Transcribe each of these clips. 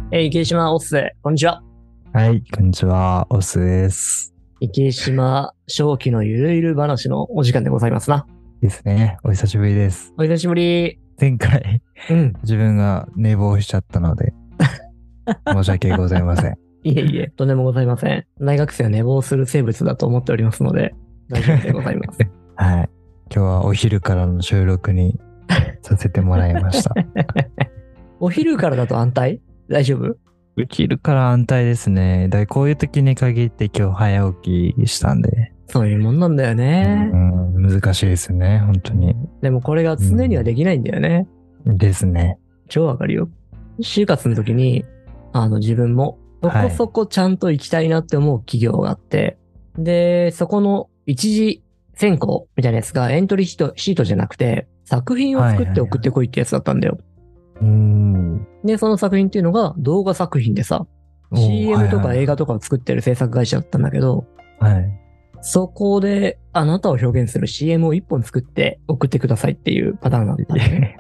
池島オス、こんにちは。 はい、こんにちは。オスです。 池島正気のゆるゆる話のお時間でございますな。 ですね。お久しぶりです。 お久しぶり。 前回、 うん。 自分が寝坊しちゃったので、申し訳ございません。 いえいえ、とんでもございません。大学生は寝坊する生物だと思っておりますので、大丈夫でございます。 はい。今日はお昼からの収録にさせてもらいました。 お昼からだと安泰？大丈夫？ お昼から安泰ですね。こういう時に限って今日早起きしたんで。 そういうもんなんだよね。 難しいですね、本当に。 でもこれが常にはできないんだよね。 ですね。 超わかるよ。就活の時に、自分もそこそこちゃんと行きたいなって思う企業があって、で、そこの一次選考みたいなやつがエントリーシートじゃなくて、作品を作って送ってこいってやつだったんだよ。で、その作品っていうのが動画作品でさ、CM とか映画とかを作ってる制作会社だったんだけど、そこであなたを表現する CM を一本作って送ってくださいっていうパターンだったんで。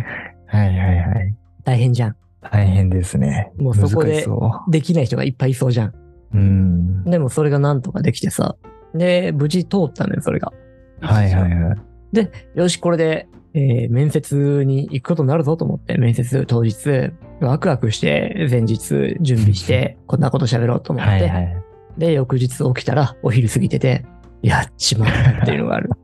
大変じゃん。 大変ですね。 もうそこでできない人がいっぱいいそうじゃん。でもそれがなんとかできてさ。で、無事通ったのよ、それが。で、よし、これで、面接に行くことになるぞと思って、面接当日、ワクワクして前日準備して、こんなこと喋ろうと思って、で、翌日起きたらお昼過ぎてて、やっちまったっていうのがある。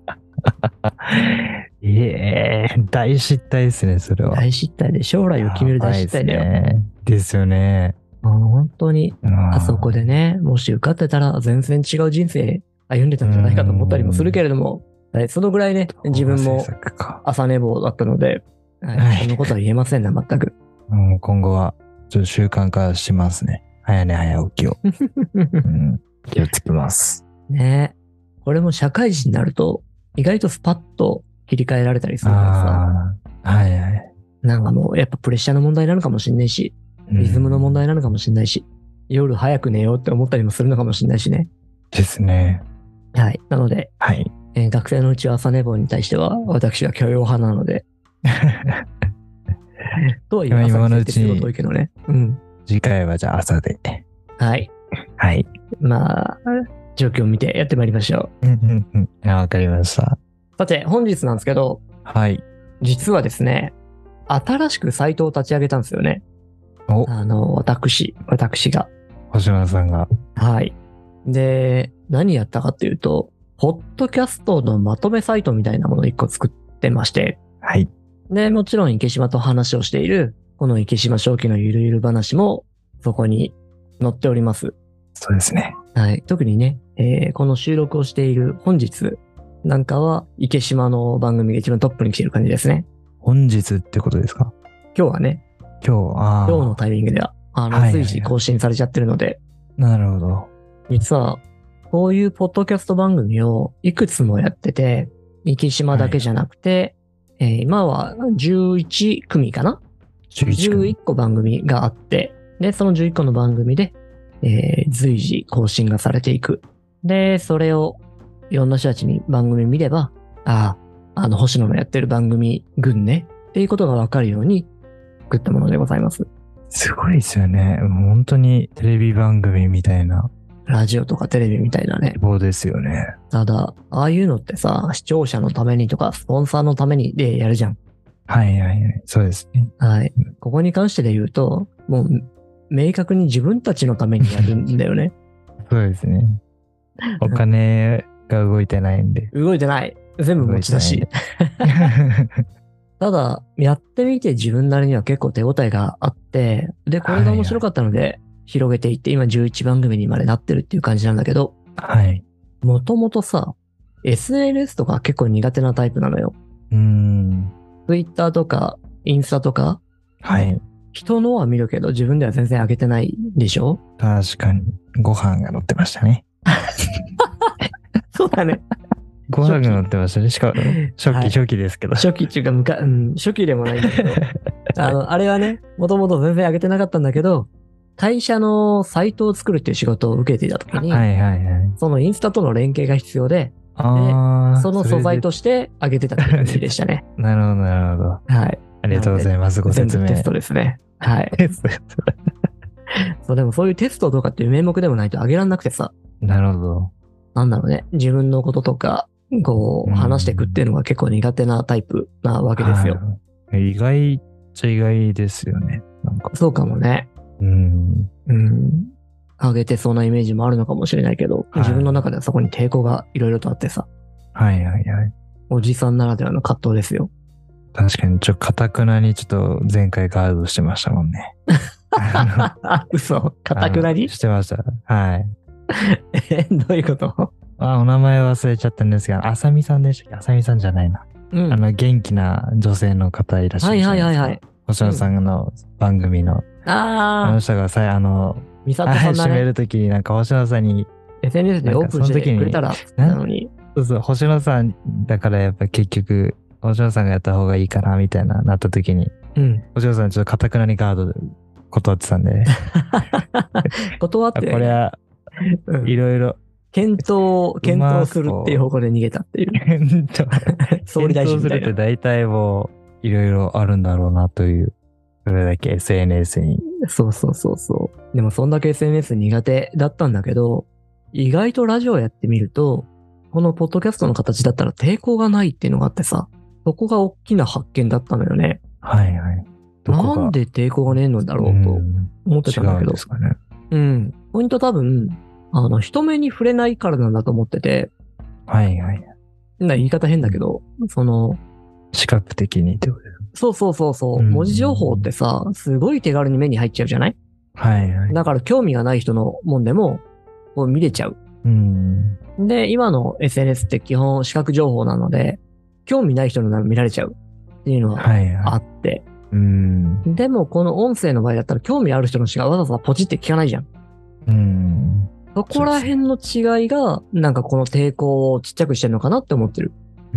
大失態ですね、それは。 大失態で、将来を決める大失態だよ。 ですよね。 本当に、あそこでね、もし受かってたら全然違う人生歩んでたんじゃないかと思ったりもするけれども、そのぐらいね、自分も朝寝坊だったので、そのことは言えませんな、全く。 今後は、ちょっと習慣化しますね。早寝早起きを。気をつけます。 ね。これも社会人になると、意外とスパッと切り替えられたりするからさ。なんかもう、やっぱプレッシャーの問題なのかもしれないし、リズムの問題なのかもしれないし、夜早く寝ようって思ったりもするのかもしれないしね。 ですね。 はい。なので、学生のうちは朝寝坊に対しては、私は許容派なので。とは言う今のうちに、 多いけどね。 次回はじゃあ朝で。 はい。まあ、状況を見てやってまいりましょう。わかりました。 さて、本日なんですけど、実はですね、新しくサイトを立ち上げたんですよね。私が。 星野さんが。 で、何やったかっていうと、ポッドキャストのまとめサイトみたいなものを一個作ってまして。で、もちろん池島と話をしている、この池島正気のゆるゆる話も、そこに載っております。 そうですね。 特にね、この収録をしている本日なんかは、池島の番組が一番トップに来ている感じですね。 本日ってことですか？ 今日はね。今日のタイミングでは、随時更新されちゃってるので。 なるほど。 実は、こういうポッドキャスト番組をいくつもやってて、池島だけじゃなくて、今は11組かな ?11 個番組があって、で、その11個の番組で、随時更新がされていく。で、それをいろんな人たちに番組見れば、星野のやってる番組群ね、っていうことがわかるように作ったものでございます。 すごいですよね。本当にテレビ番組みたいな。 ラジオとかテレビみたいなね。 そうですよね。 ただ、ああいうのってさ、視聴者のためにとか、スポンサーのためにでやるじゃん。 そうですね。 ここに関してで言うと、もう、明確に自分たちのためにやるんだよね。 そうですね。お金が動いてないんで。 動いてない。全部持ち出し。ただ、やってみて自分なりには結構手応えがあって、で、これが面白かったので、広げていって、今11番組にまでなってるっていう感じなんだけど、もともとさ、SNS とか結構苦手なタイプなのよ。Twitter とか、インスタとか、人のは見るけど、自分では全然上げてないでしょ？ 確かに。ご飯が載ってましたね。 そうだね。 ご飯が載ってましたね。しかも、初期ですけど。 初期っていうか、初期でもないんだけど。あれはね、もともと全然上げてなかったんだけど、会社のサイトを作るっていう仕事を受けていたときに、そのインスタとの連携が必要で、その素材として上げてた感じでしたね。 なるほど。ありがとうございます。ご説明。 全部テストですね。 そう、でもそういうテストとかっていう名目でもないと上げらんなくてさ、 なるほど。 なんだろうね。自分のこととか、こう、話していくっていうのが結構苦手なタイプなわけですよ。 はい、意外っちゃ意外ですよね。なんか。 そうかもね。上げてそうなイメージもあるのかもしれないけど、自分の中ではそこに抵抗がいろいろとあってさ。 はいはいはい。 おじさんならではの葛藤ですよ。 確かに、堅くなにちょっと前回ガードしてましたもんね。 嘘？堅くなにしてました。はい。 どういうこと？ お名前忘れちゃったんですが、あさみさんでしたっけ？あさみさんじゃないな。元気な女性の方いらっしゃるじゃないですか。はいはいはいはい。星野さんの番組の。あの人が美里さんだね。 締めるときになんか星野さんに SNS でオープンしてくれたらなのに。 そうそう、星野さんだからやっぱ結局、星野さんがやった方がいいかなみたいななったときに、星野さんちょっと堅くなにガード断ってたんで。 断って。 これは、いろいろ。 検討するっていう方向で逃げたっていう。総理大臣みたいな。 検討するって大体もう、いろいろあるんだろうなという。それだけ SNS に。 そう。でもそんだけ SNS 苦手だったんだけど、意外とラジオやってみると、このポッドキャストの形だったら抵抗がないっていうのがあってさ、そこが大きな発見だったのよね。 はいはい。 なんで抵抗がねえのだろうと思ってたんだけど。 ですかね。 ポイント多分、人目に触れないからなんだと思ってて。 はいはい。 言い方変だけど、 視覚的にってことです。 そう。文字情報ってさ、すごい手軽に目に入っちゃうじゃない？ はいはい。 だから興味がない人のもんでも、こう見れちゃう。で、今の SNS って基本視覚情報なので、興味ない人の見られちゃうっていうのはあって。でもこの音声の場合だったら興味ある人のしかわざわざポチって聞かないじゃん。そこら辺の違いが、なんかこの抵抗をちっちゃくしてるのかなって思ってる。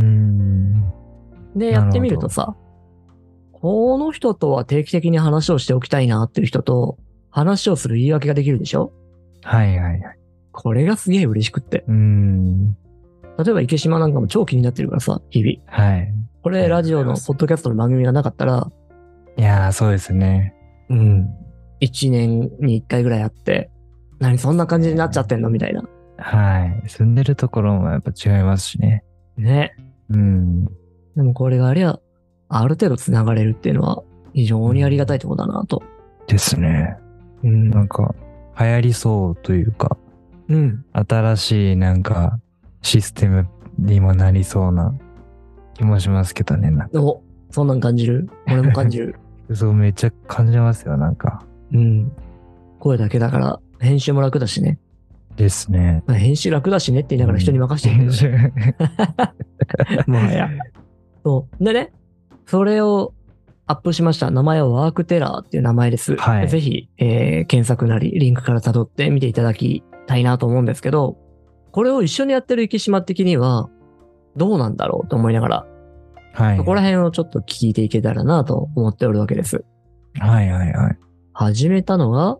で、やってみるとさ、この人とは定期的に話をしておきたいなっていう人と、話をする言い訳ができるでしょ？ はいはいはい。 これがすげえ嬉しくって。例えば池島なんかも超気になってるからさ、日々。 はい。 これラジオのポッドキャストの番組がなかったら、 いやーそうですね。 1年に1回ぐらいあって、何そんな感じになっちゃってんのみたいな。 はい。住んでるところもやっぱ違いますしね。 ね。でもこれがある程度繋がれるっていうのは非常にありがたいところだなと。 ですね。なんか流行りそうというか、新しいなんかシステムにもなりそうな気もしますけどね。 そんなん感じる？俺も感じる。 そう、めっちゃ感じますよ、なんか。 声だけだから編集も楽だしね。 ですね。 編集楽だしねって言いながら人に任せてるけどね。もはや。そう。でね、それをアップしました。名前はワークテラーっていう名前です。はい、ぜひ、検索なりリンクから辿って見ていただきたいなと思うんですけど、これを一緒にやってる池島的にはどうなんだろうと思いながら、そこら辺をちょっと聞いていけたらなと思っておるわけです。始めたのが、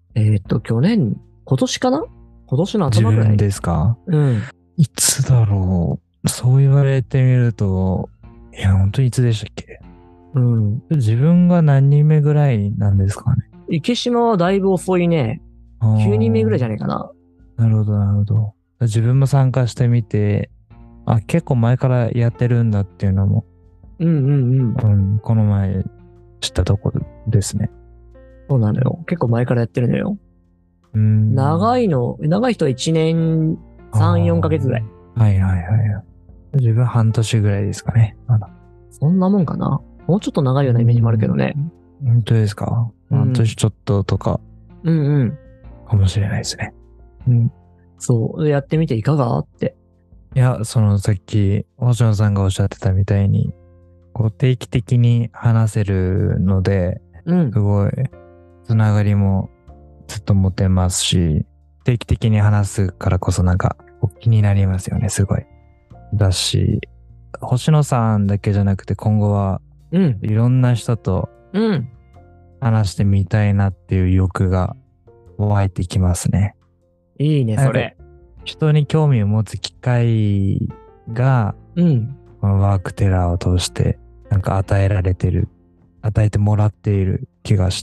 今年かな？今年の頭ぐらい。 自分ですか？いつだろう。そう言われてみると、いや、本当にいつでしたっけ？自分が何人目ぐらいなんですかね。 池島はだいぶ遅いね。9人目ぐらいじゃないかな。 なるほど。自分も参加してみて、結構前からやってるんだっていうのも、この前知ったところですね。 そうなのよ。結構前からやってるのよ。長い人は1年3、4ヶ月ぐらい。 自分半年ぐらいですかね。 そんなもんかな。もうちょっと長いようなイメージもあるけどね。 本当ですか？半年ちょっととか。かもしれないですね。 そう。やってみていかがって。 いや、さっき、星野さんがおっしゃってたみたいに、こう定期的に話せるので、すごい、つながりもずっと持てますし、定期的に話すからこそなんか気になりますよね、すごい。だし、星野さんだけじゃなくて今後はいろんな人と話してみたいなっていう欲が湧いてきますね。 いいね、それ。 人に興味を持つ機会が、このワークテラーを通してなんか与えてもらっている気がして、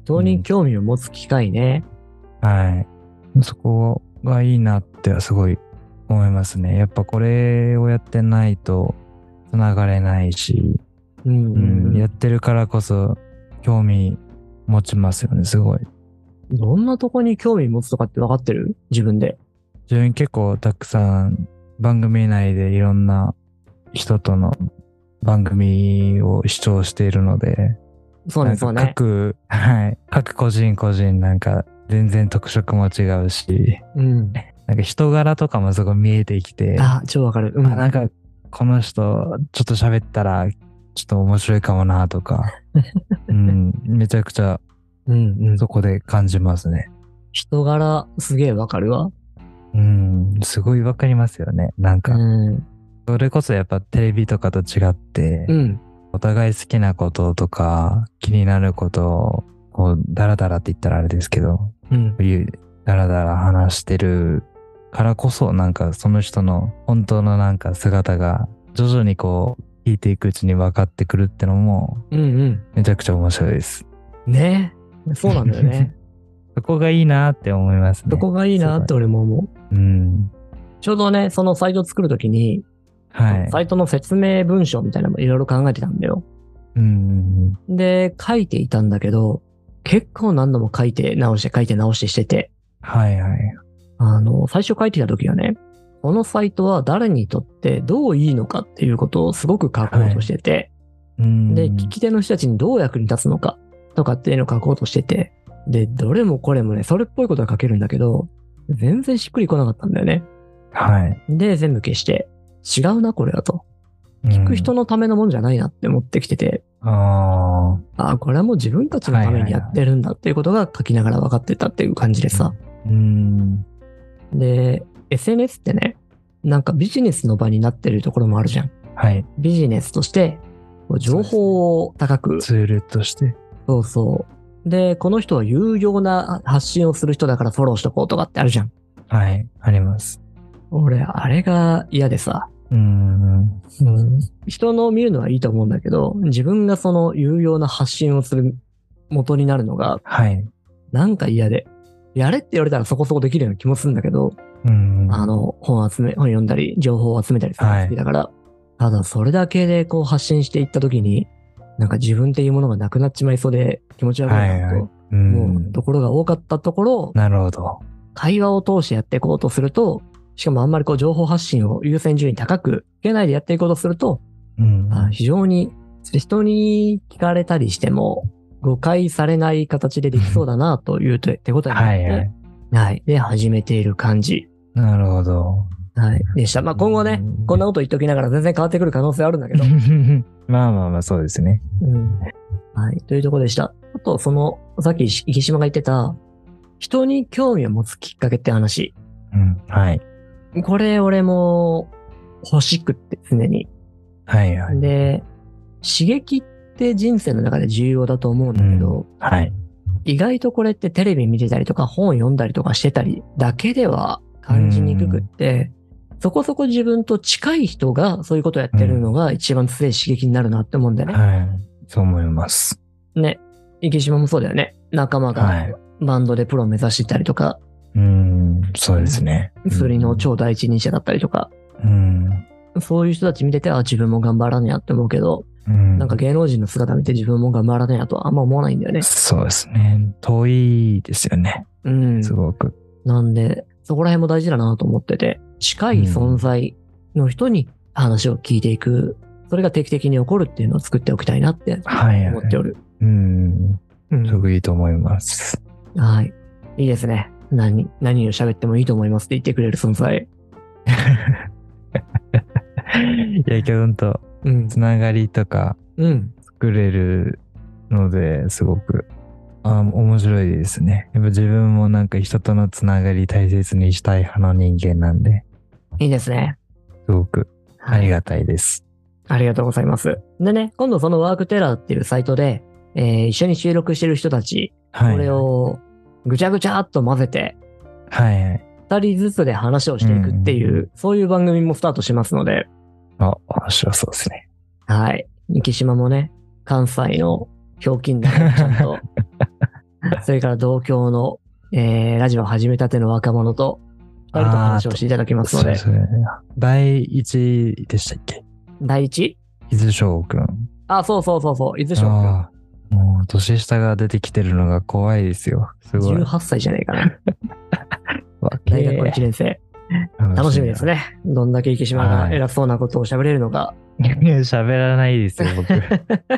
人に興味を持つ機会ね。 はい。そこがいいなってすごい思いますね。やっぱこれをやってないと繋がれないし、やってるからこそ興味持ちますよね、すごい。 どんなとこに興味持つとかって分かってる？自分で。 自分結構たくさん番組内でいろんな人との番組を視聴しているので、 そうね、そうね。 各個人なんか全然特色も違うし、なんか人柄とかもすごい見えてきて、 超わかる。 なんかこの人ちょっと喋ったらちょっと面白いかもなとか、めちゃくちゃそこで感じますね。 人柄すげえわかるわ。 すごいわかりますよね。なんか、それこそやっぱテレビとかと違って、お互い好きなこととか気になることをダラダラって言ったらあれですけど、ダラダラ話してるからこそなんかその人の本当のなんか姿が徐々にこう聞いていくうちに分かってくるってのもめちゃくちゃ面白いです。 ねえ、そうなんだよね。 そこがいいなって思いますね。 そこがいいなって俺も思う。ちょうどね、そのサイト作るときに、サイトの説明文章みたいなのもいろいろ考えてたんだよ。で、書いていたんだけど、結構何度も書いて直してしてて。最初書いてたときはね、このサイトは誰にとってどういいのかっていうことをすごく書こうとしてて、で、聞き手の人たちにどう役に立つのかとかっていうのを書こうとしてて、で、どれもこれもね、それっぽいことは書けるんだけど、全然しっくりこなかったんだよね。で、全部消して、違うな、これはと。聞く人のためのもんじゃないなって思ってきてて、これはもう自分たちのためにやってるんだっていうことが書きながら分かってたっていう感じでさ。で、SNS ってね、なんかビジネスの場になってるところもあるじゃん。ビジネスとして、情報を高く。 ツールとして。 そうそう。で、この人は有用な発信をする人だからフォローしとこうとかってあるじゃん。 あります。 俺、あれが嫌でさ。人の見るのはいいと思うんだけど、自分がその有用な発信をする元になるのが、なんか嫌で。やれって言われたらそこそこできるような気もするんだけど、本読んだり、情報を集めたりするのが好きだから、ただそれだけでこう発信していったときに、なんか自分っていうものがなくなっちまいそうで気持ち悪いなと思うところが多かったところ、 なるほど。 会話を通してやっていこうとすると、しかもあんまりこう情報発信を優先順位高くつけないでやっていこうとすると、非常に人に聞かれたりしても誤解されない形でできそうだなという手応えになって、で、始めている感じ。 なるほど。 でした。今後ね、こんなこと言っときながら全然変わってくる可能性あるんだけど。 まあ、そうですね。 というところでした。あと、さっき池島が言ってた、人に興味を持つきっかけって話。これ、俺も欲しくって常に。で、刺激って人生の中で重要だと思うんだけど、意外とこれってテレビ見てたりとか本読んだりとかしてたりだけでは感じにくくって、そこそこ自分と近い人がそういうことをやってるのが一番強い刺激になるなって思うんだよね。 そう思います。 ね。池島もそうだよね。仲間がバンドでプロを目指してたりとか。 そうですね。 それの超第一人者だったりとか。そういう人たち見てて、自分も頑張らねやって思うけど、なんか芸能人の姿見て自分も頑張らねやとはあんま思わないんだよね。 そうですね。遠いですよね。すごく。 なんで、そこら辺も大事だなと思ってて、近い存在の人に話を聞いていく、それが定期的に起こるっていうのを作っておきたいなって思っておる。 すごくいいと思います。 いいですね。何を喋ってもいいと思いますって言ってくれる存在。 いや、ほんと、つながりとか作れるので、すごく面白いですね。やっぱ自分もなんか人とのつながり大切にしたい派の人間なんで。 いいですね。 すごくありがたいです。 ありがとうございます。でね、今度そのワークテラーっていうサイトで、一緒に収録してる人たち、これをぐちゃぐちゃっと混ぜて、二人ずつで話をしていくっていう、そういう番組もスタートしますので。 面白そうですね。 池島もね、関西のひょうきんなちゃんとそれから同郷の、ラジオを始めたての若者と、2人と話をしていただきますので。 そうですね。第一でしたっけ？ 第一？ 伊豆翔くん。 そう、伊豆翔くん。 もう年下が出てきてるのが怖いですよ。すごい。 18歳じゃないかな。大学1年生。楽しみですね。どんだけ池島が偉そうなことを喋れるのか。 喋らないですよ、僕。聞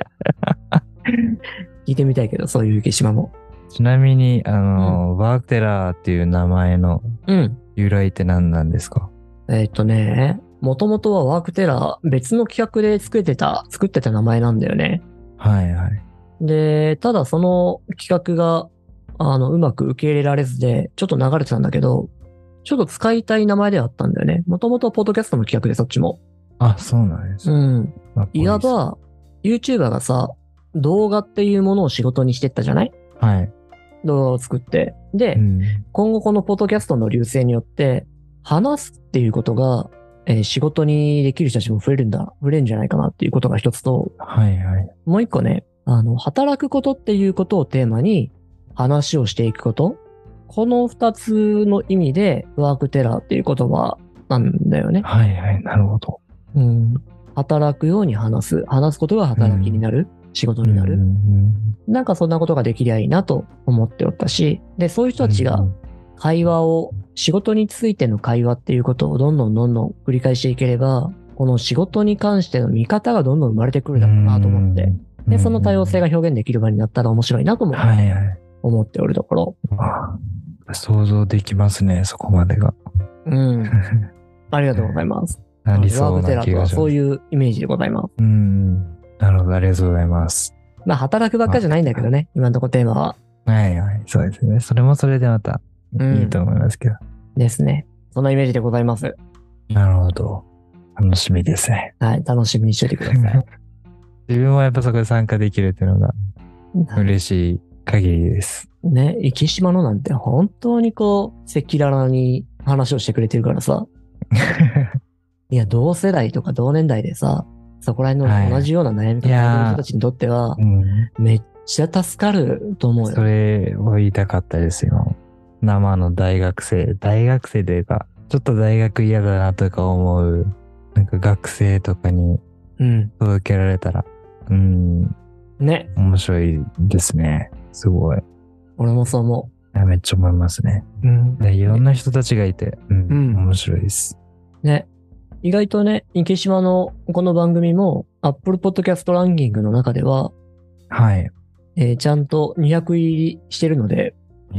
いてみたいけど、そういう池島も。 ちなみに、ワークテラーっていう名前の由来って何なんですか？ もともとはワークテラー、別の企画で作ってた名前なんだよね。 はいはい。 で、ただその企画が、うまく受け入れられずで、ちょっと流れてたんだけど、ちょっと使いたい名前ではあったんだよね。もともとポッドキャストの企画でそっちも。 そうなんです。 いわば、YouTuber がさ、動画っていうものを仕事にしてったじゃない？ はい。 動画を作って。で、今後このポッドキャストの流星によって、話すっていうことが、仕事にできる人たちも増えるんじゃないかなっていうことが一つと、 はいはい。 もう一個ね、働くことっていうことをテーマに話をしていくこと。この二つの意味でワークテラーっていう言葉なんだよね。 はいはい、なるほど。 働くように話すことが働きになる。仕事になる。なんかそんなことができりゃいいなと思っておったし、で、そういう人たちが会話を、仕事についての会話っていうことをどんどん繰り返していければ、この仕事に関しての見方がどんどん生まれてくるだろうなと思って、で、その多様性が表現できる場になったら面白いなとも思っておるところ。 想像できますね、そこまでが。 ありがとうございます。 なりそうな気がします。ワークテラーとはそういうイメージでございます。 なるほど、ありがとうございます。 働くばっかじゃないんだけどね、今のところテーマは。 はいはい、そうですね。それもそれでまたいいと思いますけど。 ですね。そんなイメージでございます。 なるほど。楽しみですね。 はい、楽しみにしておいてください。 自分はやっぱそこで参加できるっていうのが嬉しい限りです。 ね、池島のなんて本当にこう、赤裸々に話をしてくれてるからさ。いや、同世代とか同年代でさ、そこら辺の同じような悩み方の人たちにとっては、めっちゃ助かると思うよ。 それを言いたかったですよ。生の大学生というか、ちょっと大学嫌だなとか思う、なんか学生とかに届けられたら、 ね。 面白いですね。すごい。 俺もそう思う。めっちゃ思いますね。いろんな人たちがいて、面白いです。 ね。意外とね、池島のこの番組も Apple Podcast ランキングの中では、 はい。 ちゃんと200入りしてるので、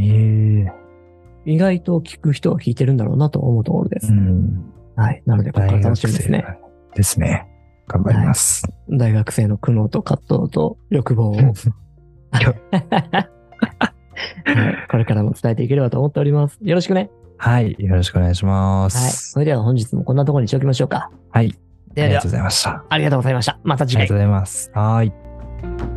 意外と聞く人は聞いてるんだろうなと思うところです。はい。なので、ここから楽しみですね。 ですね。頑張ります。 大学生の苦悩と葛藤と欲望をこれからも伝えていければと思っております。よろしくね。 はい。よろしくお願いします。 はい。それでは本日もこんなところにしておきましょうか。 はい。 ではありがとうございました。 ありがとうございました。また次回。 ありがとうございます。はい。